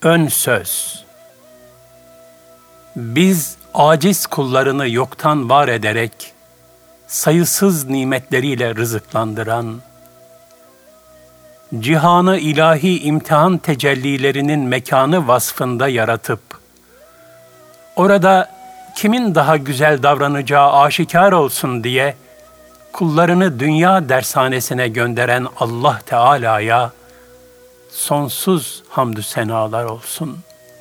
Ön söz. Biz aciz kullarını yoktan var ederek, sayısız nimetleriyle rızıklandıran, cihanı ilahi imtihan tecellilerinin mekanı vasfında yaratıp, orada kimin daha güzel davranacağı aşikar olsun diye, kullarını dünya dershanesine gönderen Allah Teala'ya sonsuz hamdü senalar olsun.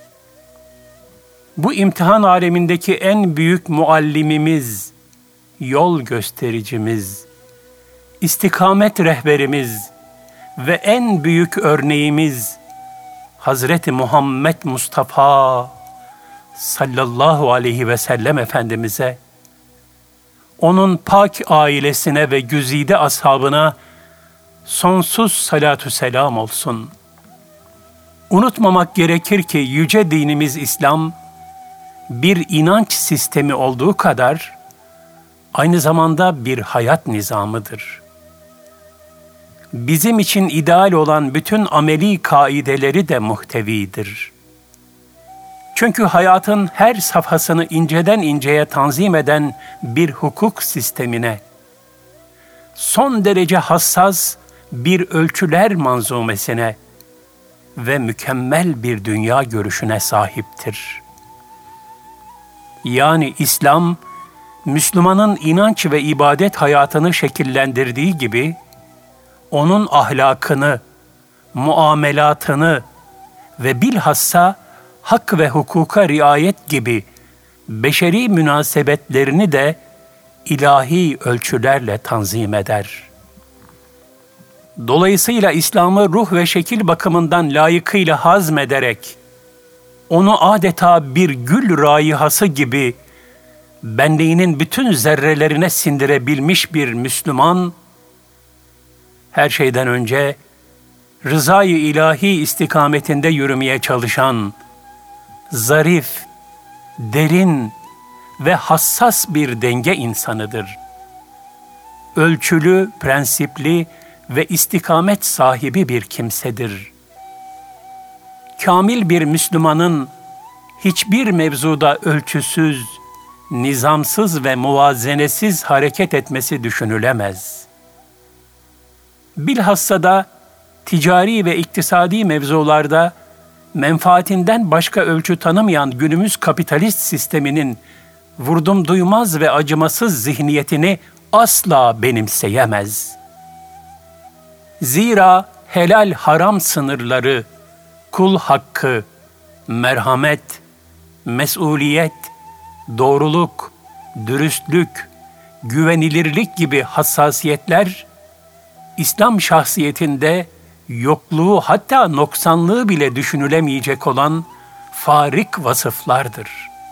Bu imtihan alemindeki en büyük muallimimiz, yol göstericimiz, istikamet rehberimiz ve en büyük örneğimiz Hazreti Muhammed Mustafa sallallahu aleyhi ve sellem Efendimiz'e, onun pak ailesine ve güzide ashabına sonsuz salatü selam olsun. Unutmamak gerekir ki yüce dinimiz İslam, bir inanç sistemi olduğu kadar aynı zamanda bir hayat nizamıdır. Bizim için ideal olan bütün ameli kaideleri de muhtevidir. Çünkü hayatın her safhasını inceden inceye tanzim eden bir hukuk sistemine, son derece hassas bir ölçüler manzumesine ve mükemmel bir dünya görüşüne sahiptir. Yani İslam, Müslümanın inanç ve ibadet hayatını şekillendirdiği gibi, onun ahlakını, muamelatını ve bilhassa hak ve hukuka riayet gibi beşeri münasebetlerini de ilahi ölçülerle tanzim eder. Dolayısıyla İslam'ı ruh ve şekil bakımından layıkıyla hazmederek, onu adeta bir gül raihası gibi benliğinin bütün zerrelerine sindirebilmiş bir Müslüman, her şeyden önce rızayı ilahi istikametinde yürümeye çalışan, zarif, derin ve hassas bir denge insanıdır. Ölçülü, prensipli ve istikamet sahibi bir kimsedir. Kamil bir Müslümanın hiçbir mevzuda ölçüsüz, nizamsız ve muvazenesiz hareket etmesi düşünülemez. Bilhassa da ticari ve iktisadi mevzularda menfaatinden başka ölçü tanımayan günümüz kapitalist sisteminin vurdum duymaz ve acımasız zihniyetini asla benimseyemez. Zira helal haram sınırları, kul hakkı, merhamet, mesuliyet, doğruluk, dürüstlük, güvenilirlik gibi hassasiyetler, İslam şahsiyetinde yokluğu hatta noksanlığı bile düşünülemeyecek olan farik vasıflardır.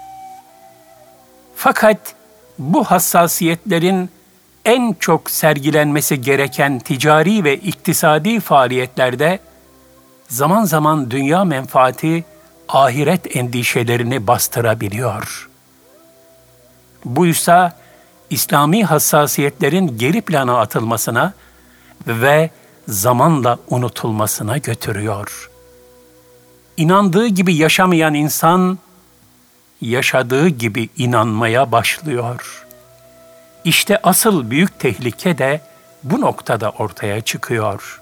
Fakat bu hassasiyetlerin en çok sergilenmesi gereken ticari ve iktisadi faaliyetlerde zaman zaman dünya menfaati, ahiret endişelerini bastırabiliyor. Buysa İslami hassasiyetlerin geri plana atılmasına ve zamanla unutulmasına götürüyor. İnandığı gibi yaşamayan insan, yaşadığı gibi inanmaya başlıyor. İşte asıl büyük tehlike de bu noktada ortaya çıkıyor.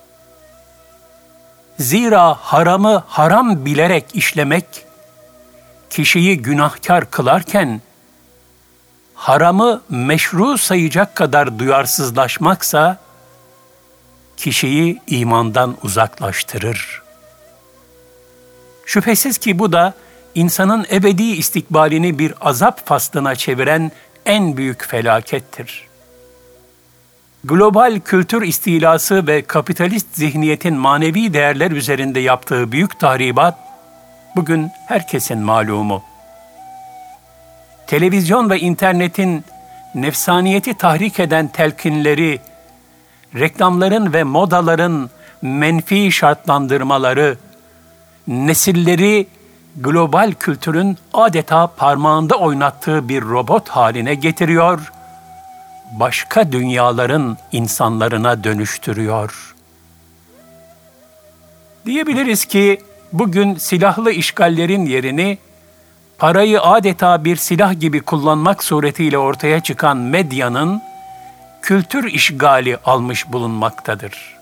Zira haramı haram bilerek işlemek, kişiyi günahkar kılarken, haramı meşru sayacak kadar duyarsızlaşmaksa, kişiyi imandan uzaklaştırır. Şüphesiz ki bu da insanın ebedi istikbalini bir azap faslına çeviren en büyük felakettir. Global kültür istilası ve kapitalist zihniyetin manevi değerler üzerinde yaptığı büyük tahribat, bugün herkesin malumu. Televizyon ve internetin nefsaniyeti tahrik eden telkinleri, reklamların ve modaların menfi şartlandırmaları, nesilleri global kültürün adeta parmağında oynattığı bir robot haline getiriyor, başka dünyaların insanlarına dönüştürüyor. Diyebiliriz ki bugün silahlı işgallerin yerini parayı adeta bir silah gibi kullanmak suretiyle ortaya çıkan medyanın kültür işgali almış bulunmaktadır.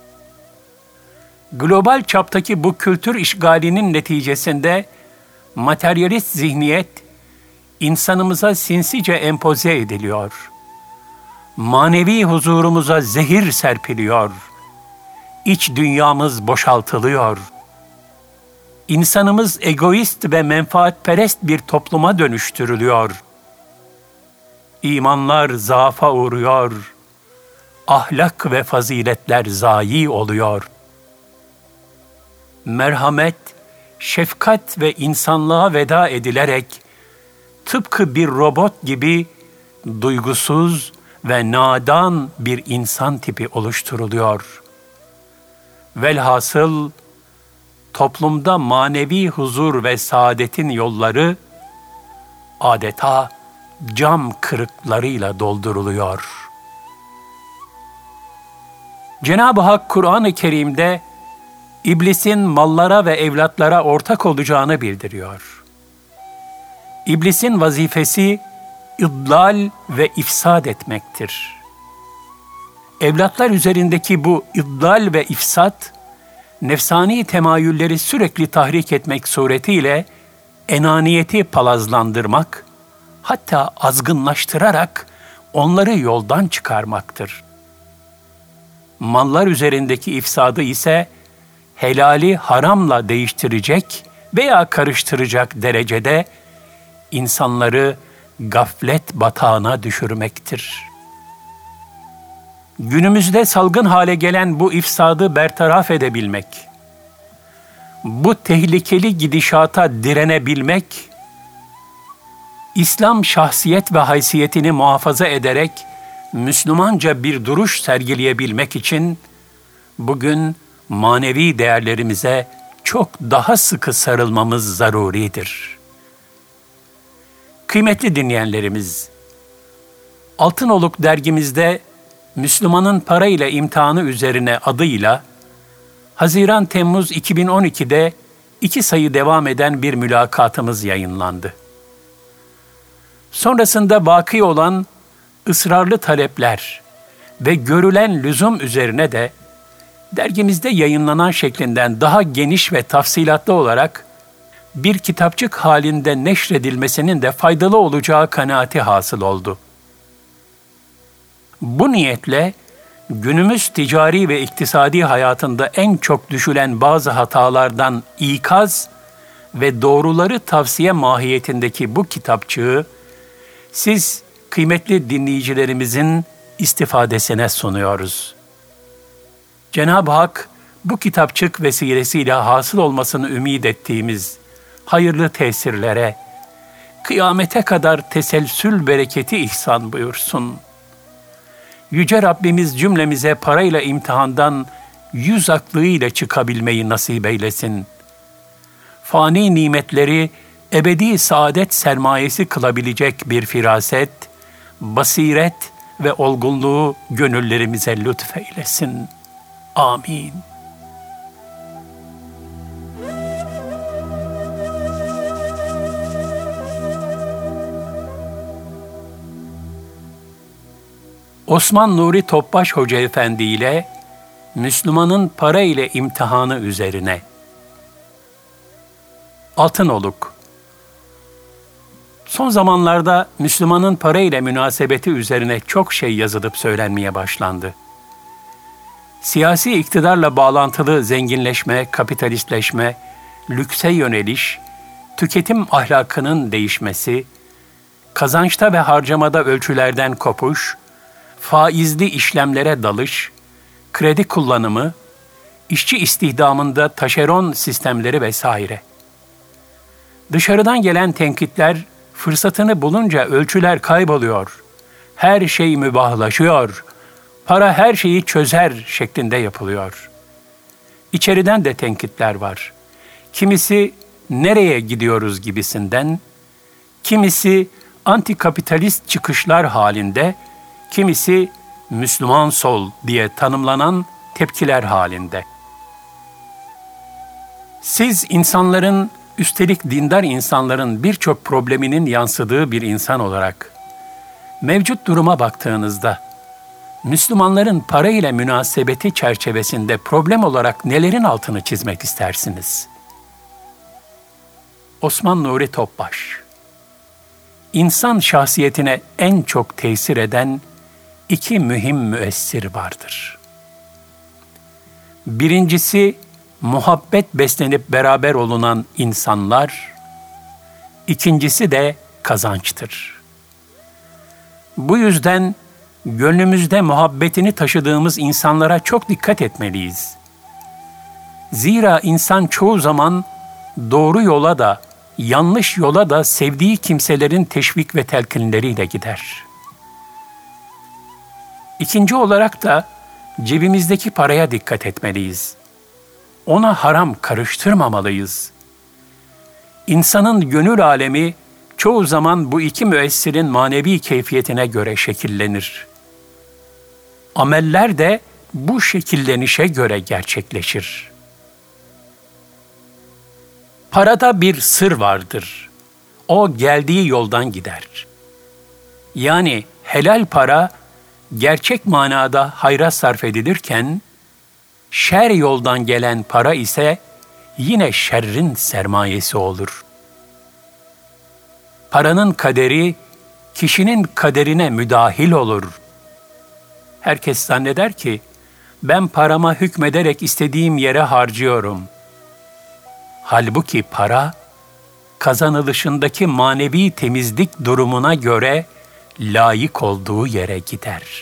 Global çaptaki bu kültür işgalinin neticesinde materyalist zihniyet insanımıza sinsice empoze ediliyor. Manevi huzurumuza zehir serpiliyor. İç dünyamız boşaltılıyor. İnsanımız egoist ve menfaatperest bir topluma dönüştürülüyor. İmanlar zaafa uğruyor. Ahlak ve faziletler zayi oluyor. Merhamet, şefkat ve insanlığa veda edilerek tıpkı bir robot gibi duygusuz ve nadan bir insan tipi oluşturuluyor. Velhasıl toplumda manevi huzur ve saadetin yolları adeta cam kırıklarıyla dolduruluyor. Cenab-ı Hak Kur'an-ı Kerim'de İblisin mallara ve evlatlara ortak olacağını bildiriyor. İblisin vazifesi idlal ve ifsad etmektir. Evlatlar üzerindeki bu idlal ve ifsat, nefsani temayülleri sürekli tahrik etmek suretiyle enaniyeti palazlandırmak, hatta azgınlaştırarak onları yoldan çıkarmaktır. Mallar üzerindeki ifsadı ise helali haramla değiştirecek veya karıştıracak derecede insanları gaflet batağına düşürmektir. Günümüzde salgın hale gelen bu ifsadı bertaraf edebilmek, bu tehlikeli gidişata direnebilmek, İslam şahsiyet ve haysiyetini muhafaza ederek Müslümanca bir duruş sergileyebilmek için bugün manevi değerlerimize çok daha sıkı sarılmamız zaruridir. Kıymetli dinleyenlerimiz, Altınoluk dergimizde Müslümanın parayla imtihanı üzerine adıyla Haziran-Temmuz 2012'de 2 sayı devam eden bir mülakatımız yayınlandı. Sonrasında baki olan ısrarlı talepler ve görülen lüzum üzerine de dergimizde yayınlanan şeklinden daha geniş ve tafsilatlı olarak bir kitapçık halinde neşredilmesinin de faydalı olacağı kanaati hasıl oldu. Bu niyetle günümüz ticari ve iktisadi hayatında en çok düşülen bazı hatalardan ikaz ve doğruları tavsiye mahiyetindeki bu kitapçığı siz kıymetli dinleyicilerimizin istifadesine sunuyoruz. Cenab-ı Hak bu kitapçık vesilesiyle hasıl olmasını ümit ettiğimiz hayırlı tesirlere, kıyamete kadar teselsül bereketi ihsan buyursun. Yüce Rabbimiz cümlemize parayla imtihandan yüz aklıyla çıkabilmeyi nasip eylesin. Fani nimetleri ebedi saadet sermayesi kılabilecek bir firaset, basiret ve olgunluğu gönüllerimize lütfeylesin. Amin. Osman Nuri Topbaş Hoca Efendi ile Müslümanın para ile imtihanı üzerine. Altınoluk. Son zamanlarda Müslümanın para ile münasebeti üzerine çok şey yazılıp söylenmeye başlandı. Siyasi iktidarla bağlantılı zenginleşme, kapitalistleşme, lükse yöneliş, tüketim ahlakının değişmesi, kazançta ve harcamada ölçülerden kopuş, faizli işlemlere dalış, kredi kullanımı, işçi istihdamında taşeron sistemleri vesaire. Dışarıdan gelen tenkitler fırsatını bulunca ölçüler kayboluyor, her şey mübahlaşıyor, para her şeyi çözer şeklinde yapılıyor. İçeriden de tenkitler var. Kimisi nereye gidiyoruz gibisinden, kimisi antikapitalist çıkışlar halinde, kimisi Müslüman sol diye tanımlanan tepkiler halinde. Siz insanların, üstelik dindar insanların birçok probleminin yansıdığı bir insan olarak mevcut duruma baktığınızda Müslümanların para ile münasebeti çerçevesinde problem olarak nelerin altını çizmek istersiniz? Osman Nuri Topbaş: İnsan şahsiyetine en çok tesir eden iki mühim müessir vardır. Birincisi, muhabbet beslenip beraber olunan insanlar, ikincisi de kazançtır. Bu yüzden gönlümüzde muhabbetini taşıdığımız insanlara çok dikkat etmeliyiz. Zira insan çoğu zaman doğru yola da, yanlış yola da sevdiği kimselerin teşvik ve telkinleriyle gider. İkinci olarak da cebimizdeki paraya dikkat etmeliyiz. Ona haram karıştırmamalıyız. İnsanın gönül alemi çoğu zaman bu iki müessirin manevi keyfiyetine göre şekillenir. Ameller de bu şekillenişe göre gerçekleşir. Parada bir sır vardır. O geldiği yoldan gider. Yani helal para gerçek manada hayra sarf edilirken, şer yoldan gelen para ise yine şerrin sermayesi olur. Paranın kaderi, kişinin kaderine müdahil olur. Herkes zanneder ki, ben parama hükmederek istediğim yere harcıyorum. Halbuki para, kazanılışındaki manevi temizlik durumuna göre layık olduğu yere gider.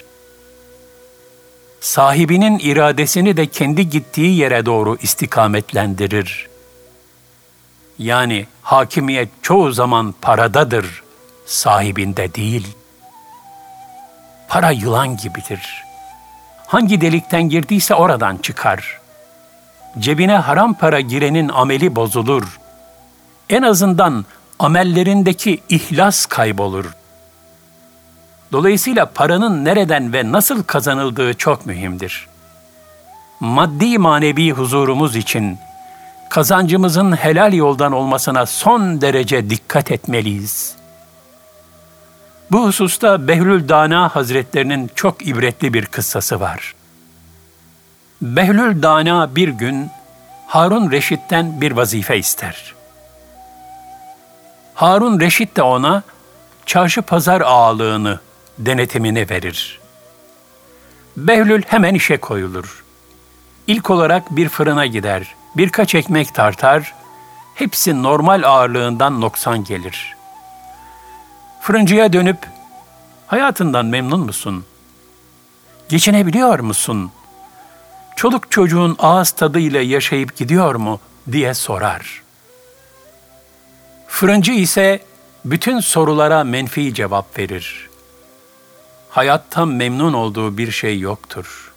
Sahibinin iradesini de kendi gittiği yere doğru istikametlendirir. Yani hakimiyet çoğu zaman paradadır, sahibinde değil. Para yılan gibidir. Hangi delikten girdiyse oradan çıkar. Cebine haram para girenin ameli bozulur. En azından amellerindeki ihlas kaybolur. Dolayısıyla paranın nereden ve nasıl kazanıldığı çok mühimdir. Maddi manevi huzurumuz için kazancımızın helal yoldan olmasına son derece dikkat etmeliyiz. Bu hususta Behlül Dana Hazretlerinin çok ibretli bir kıssası var. Behlül Dana bir gün Harun Reşit'ten bir vazife ister. Harun Reşit de ona çarşı pazar ağalığını, denetimini verir. Behlül hemen işe koyulur. İlk olarak bir fırına gider, birkaç ekmek tartar, hepsi normal ağırlığından noksan gelir. Fırıncıya dönüp, hayatından memnun musun? Geçinebiliyor musun? Çoluk çocuğun ağız tadıyla yaşayıp gidiyor mu diye sorar. Fırıncı ise bütün sorulara menfi cevap verir. Hayattan memnun olduğu bir şey yoktur.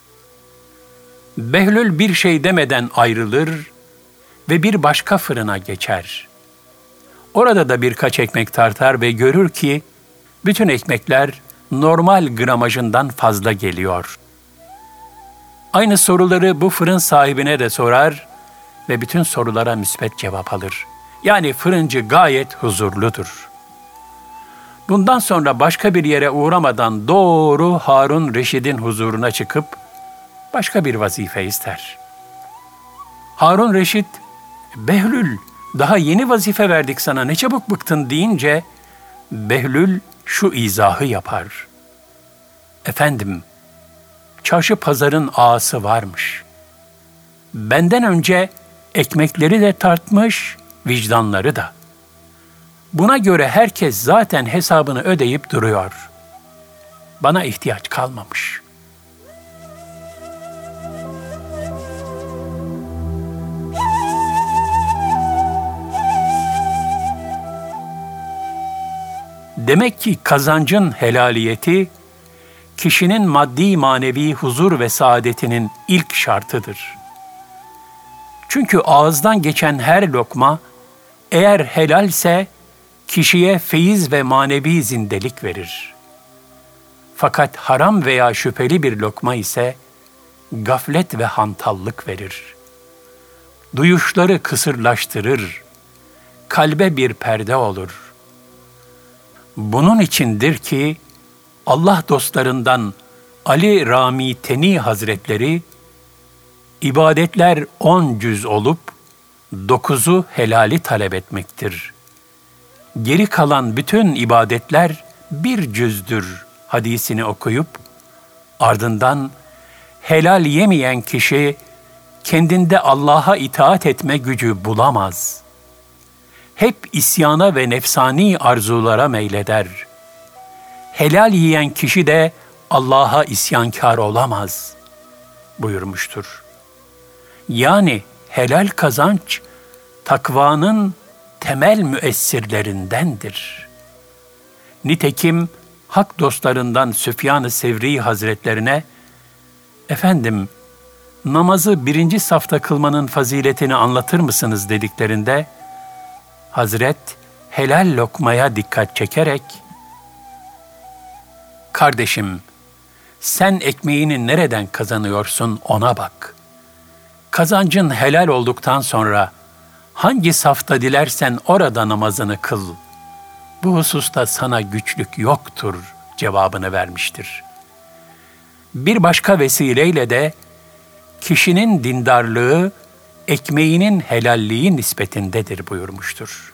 Behlül bir şey demeden ayrılır ve bir başka fırına geçer. Orada da birkaç ekmek tartar ve görür ki bütün ekmekler normal gramajından fazla geliyor. Aynı soruları bu fırın sahibine de sorar ve bütün sorulara müsbet cevap alır. Yani fırıncı gayet huzurludur. Bundan sonra başka bir yere uğramadan doğru Harun Reşid'in huzuruna çıkıp başka bir vazife ister. Harun Reşid, Behlül, daha yeni vazife verdik sana, ne çabuk bıktın deyince, Behlül şu izahı yapar. Efendim, çarşı pazarın ağası varmış. Benden önce ekmekleri de tartmış, vicdanları da. Buna göre herkes zaten hesabını ödeyip duruyor. Bana ihtiyaç kalmamış. Demek ki kazancın helaliyeti, kişinin maddi manevi huzur ve saadetinin ilk şartıdır. Çünkü ağızdan geçen her lokma, eğer helalse, kişiye feyiz ve manevi zindelik verir. Fakat haram veya şüpheli bir lokma ise, gaflet ve hantallık verir. duyuşları kısırlaştırır, kalbe bir perde olur. Bunun içindir ki Allah dostlarından Ali Rami Teni Hazretleri, ibadetler 10 cüz olup 9'u helali talep etmektir. Geri kalan bütün ibadetler bir cüzdür hadisini okuyup, ardından helal yemeyen kişi kendinde Allah'a itaat etme gücü bulamaz. Hep isyana ve nefsani arzulara meyleder. Helal yiyen kişi de Allah'a isyankar olamaz buyurmuştur. Yani helal kazanç takvanın temel müessirlerindendir. Nitekim hak dostlarından Süfyan-ı Sevri Hazretlerine, "Efendim, namazı 1. safta kılmanın faziletini anlatır mısınız?" dediklerinde, Hazret helal lokmaya dikkat çekerek, "Kardeşim, sen ekmeğini nereden kazanıyorsun ona bak. Kazancın helal olduktan sonra hangi safta dilersen orada namazını kıl. Bu hususta sana güçlük yoktur" cevabını vermiştir. Bir başka vesileyle de kişinin dindarlığı ekmeğinin helalliği nispetindedir buyurmuştur.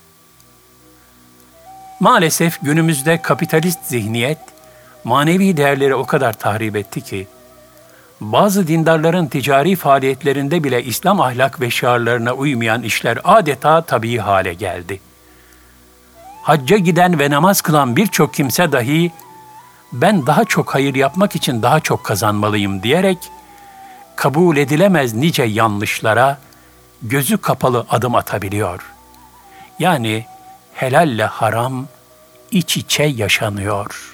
Maalesef günümüzde kapitalist zihniyet manevi değerleri o kadar tahrip etti ki, bazı dindarların ticari faaliyetlerinde bile İslam ahlak ve şiarlarına uymayan işler adeta tabii hale geldi. Hacca giden ve namaz kılan birçok kimse dahi, "Ben daha çok hayır yapmak için daha çok kazanmalıyım" diyerek, kabul edilemez nice yanlışlara gözü kapalı adım atabiliyor. Yani helalle haram iç içe yaşanıyor.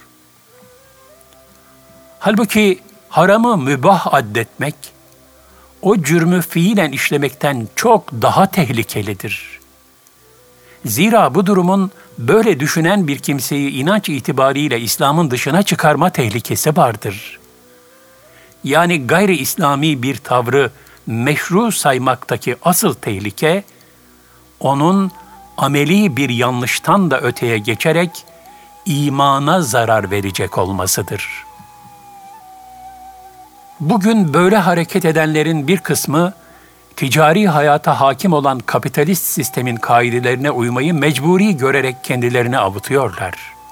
Halbuki haramı mübah addetmek, o cürmü fiilen işlemekten çok daha tehlikelidir. Zira bu durumun böyle düşünen bir kimseyi inanç itibariyle İslam'ın dışına çıkarma tehlikesi vardır. Yani gayri İslami bir tavrı meşru saymaktaki asıl tehlike, onun ameli bir yanlıştan da öteye geçerek imana zarar verecek olmasıdır. Bugün böyle hareket edenlerin bir kısmı, ticari hayata hakim olan kapitalist sistemin kaidelerine uymayı mecburi görerek kendilerini avutuyorlar.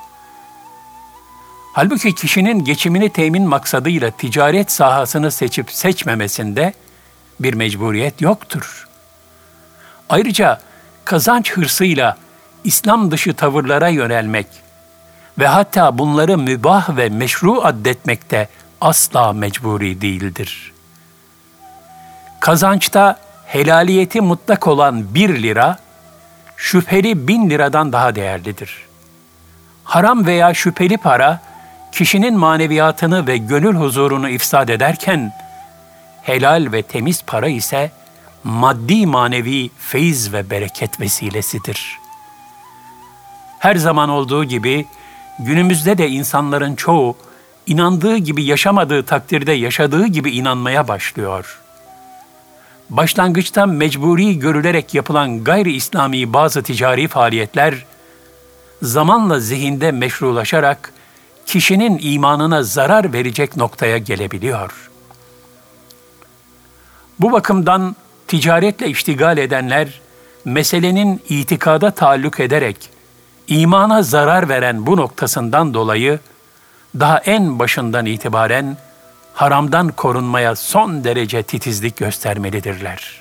Halbuki kişinin geçimini temin maksadıyla ticaret sahasını seçip seçmemesinde bir mecburiyet yoktur. Ayrıca kazanç hırsıyla İslam dışı tavırlara yönelmek ve hatta bunları mübah ve meşru addetmek de asla mecburi değildir. Kazançta helaliyeti mutlak olan 1 lira, şüpheli 1000 liradan daha değerlidir. Haram veya şüpheli para, kişinin maneviyatını ve gönül huzurunu ifsad ederken, helal ve temiz para ise maddi manevi feyiz ve bereket vesilesidir. Her zaman olduğu gibi, günümüzde de insanların çoğu, inandığı gibi yaşamadığı takdirde yaşadığı gibi inanmaya başlıyor. Başlangıçta mecburi görülerek yapılan gayri İslami bazı ticari faaliyetler, zamanla zihinde meşrulaşarak kişinin imanına zarar verecek noktaya gelebiliyor. Bu bakımdan ticaretle iştigal edenler, meselenin itikada taalluk ederek imana zarar veren bu noktasından dolayı, daha en başından itibaren haramdan korunmaya son derece titizlik göstermelidirler.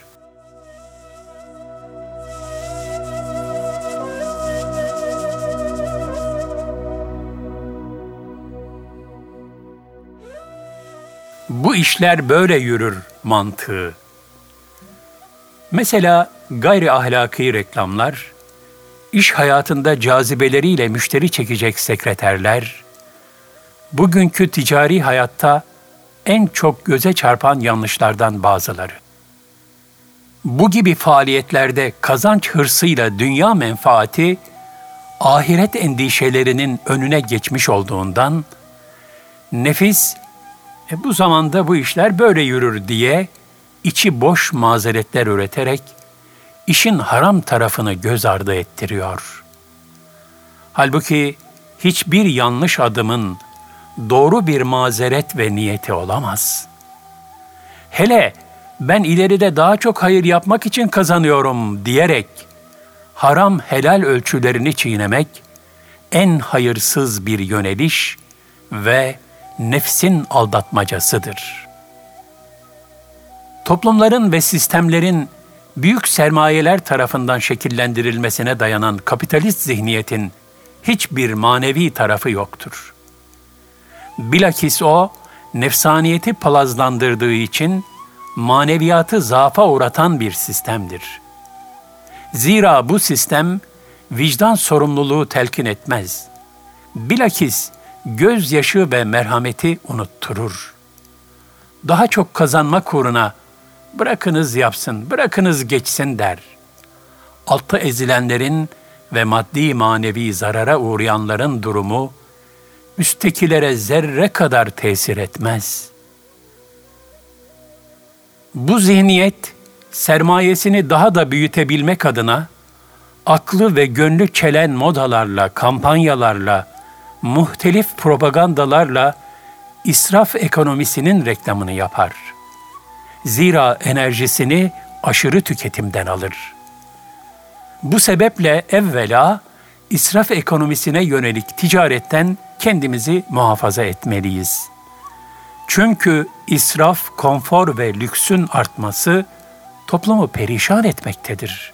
Bu işler böyle yürür mantığı. Mesela gayri ahlaki reklamlar, iş hayatında cazibeleriyle müşteri çekecek sekreterler, bugünkü ticari hayatta en çok göze çarpan yanlışlardan bazıları. Bu gibi faaliyetlerde kazanç hırsıyla dünya menfaati, ahiret endişelerinin önüne geçmiş olduğundan, nefis, bu zamanda bu işler böyle yürür diye içi boş mazeretler üreterek işin haram tarafını göz ardı ettiriyor. Halbuki hiçbir yanlış adımın doğru bir mazeret ve niyeti olamaz. Hele ben ileride daha çok hayır yapmak için kazanıyorum diyerek haram helal ölçülerini çiğnemek en hayırsız bir yöneliş ve nefsin aldatmacasıdır. Toplumların ve sistemlerin büyük sermayeler tarafından şekillendirilmesine dayanan kapitalist zihniyetin hiçbir manevi tarafı yoktur. Bilakis o, nefsaniyeti palazlandırdığı için maneviyatı zaafa uğratan bir sistemdir. Zira bu sistem vicdan sorumluluğu telkin etmez. Bilakis gözyaşı ve merhameti unutturur. Daha çok kazanmak uğruna bırakınız yapsın, bırakınız geçsin der. Altta ezilenlerin ve maddi manevi zarara uğrayanların durumu üsttekilere zerre kadar tesir etmez. Bu zihniyet sermayesini daha da büyütebilmek adına aklı ve gönlü çelen modalarla, kampanyalarla, muhtelif propagandalarla israf ekonomisinin reklamını yapar. Zira enerjisini aşırı tüketimden alır. Bu sebeple evvela israf ekonomisine yönelik ticaretten kendimizi muhafaza etmeliyiz. Çünkü israf, konfor ve lüksün artması toplumu perişan etmektedir.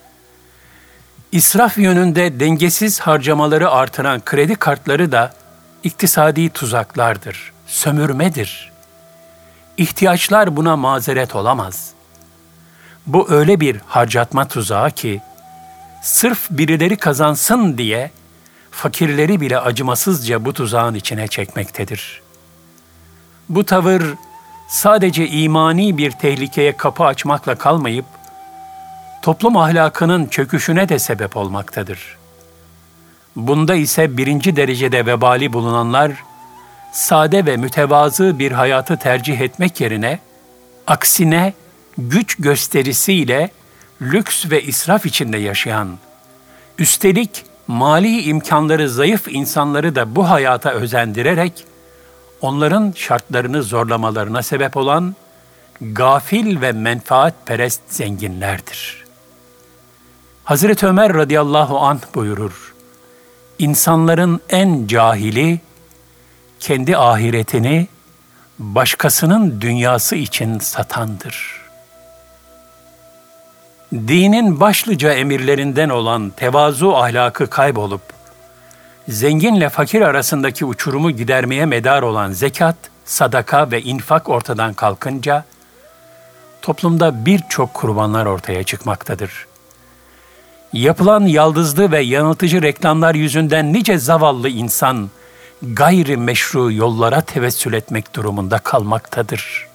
İsraf yönünde dengesiz harcamaları artıran kredi kartları da iktisadi tuzaklardır, sömürmedir. İhtiyaçlar buna mazeret olamaz. Bu öyle bir harcatma tuzağı ki, sırf birileri kazansın diye fakirleri bile acımasızca bu tuzağın içine çekmektedir. Bu tavır sadece imani bir tehlikeye kapı açmakla kalmayıp, toplum ahlakının çöküşüne de sebep olmaktadır. Bunda ise birinci derecede vebali bulunanlar, sade ve mütevazı bir hayatı tercih etmek yerine, aksine güç gösterisiyle lüks ve israf içinde yaşayan, üstelik mali imkanları zayıf insanları da bu hayata özendirerek, onların şartlarını zorlamalarına sebep olan gafil ve menfaatperest zenginlerdir. Hazreti Ömer radıyallahu anh buyurur, İnsanların en cahili, kendi ahiretini başkasının dünyası için satandır. Dinin başlıca emirlerinden olan tevazu ahlakı kaybolup, zenginle fakir arasındaki uçurumu gidermeye medar olan zekat, sadaka ve infak ortadan kalkınca, toplumda birçok kurbanlar ortaya çıkmaktadır. Yapılan yaldızlı ve yanıltıcı reklamlar yüzünden nice zavallı insan, gayri meşru yollara tevessül etmek durumunda kalmaktadır.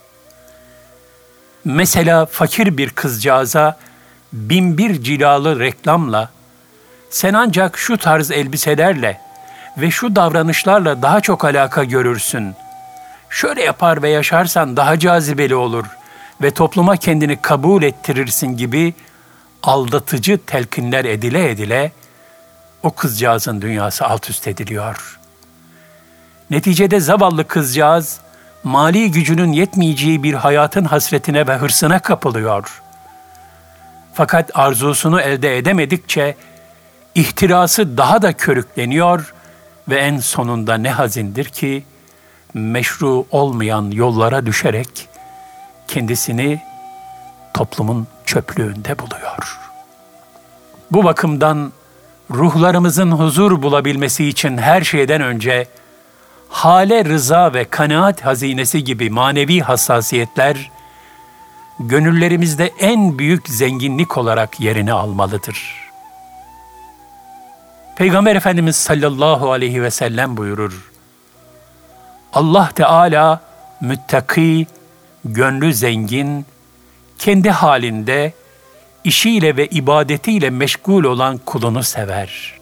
Mesela fakir bir kızcağıza binbir cilalı reklamla, sen ancak şu tarz elbiselerle ve şu davranışlarla daha çok alaka görürsün. Şöyle yapar ve yaşarsan daha cazibeli olur ve topluma kendini kabul ettirirsin gibi aldatıcı telkinler edile edile o kızcağızın dünyası alt üst ediliyor. Neticede zavallı kızcağız mali gücünün yetmeyeceği bir hayatın hasretine ve hırsına kapılıyor. Fakat arzusunu elde edemedikçe ihtirası daha da körükleniyor ve en sonunda ne hazindir ki meşru olmayan yollara düşerek kendisini toplumun çöplüğünde buluyor. Bu bakımdan ruhlarımızın huzur bulabilmesi için her şeyden önce hale rıza ve kanaat hazinesi gibi manevi hassasiyetler gönüllerimizde en büyük zenginlik olarak yerini almalıdır. Peygamber Efendimiz sallallahu aleyhi ve sellem buyurur, Allah Teala müttaki, gönlü zengin, kendi halinde işiyle ve ibadetiyle meşgul olan kulunu sever.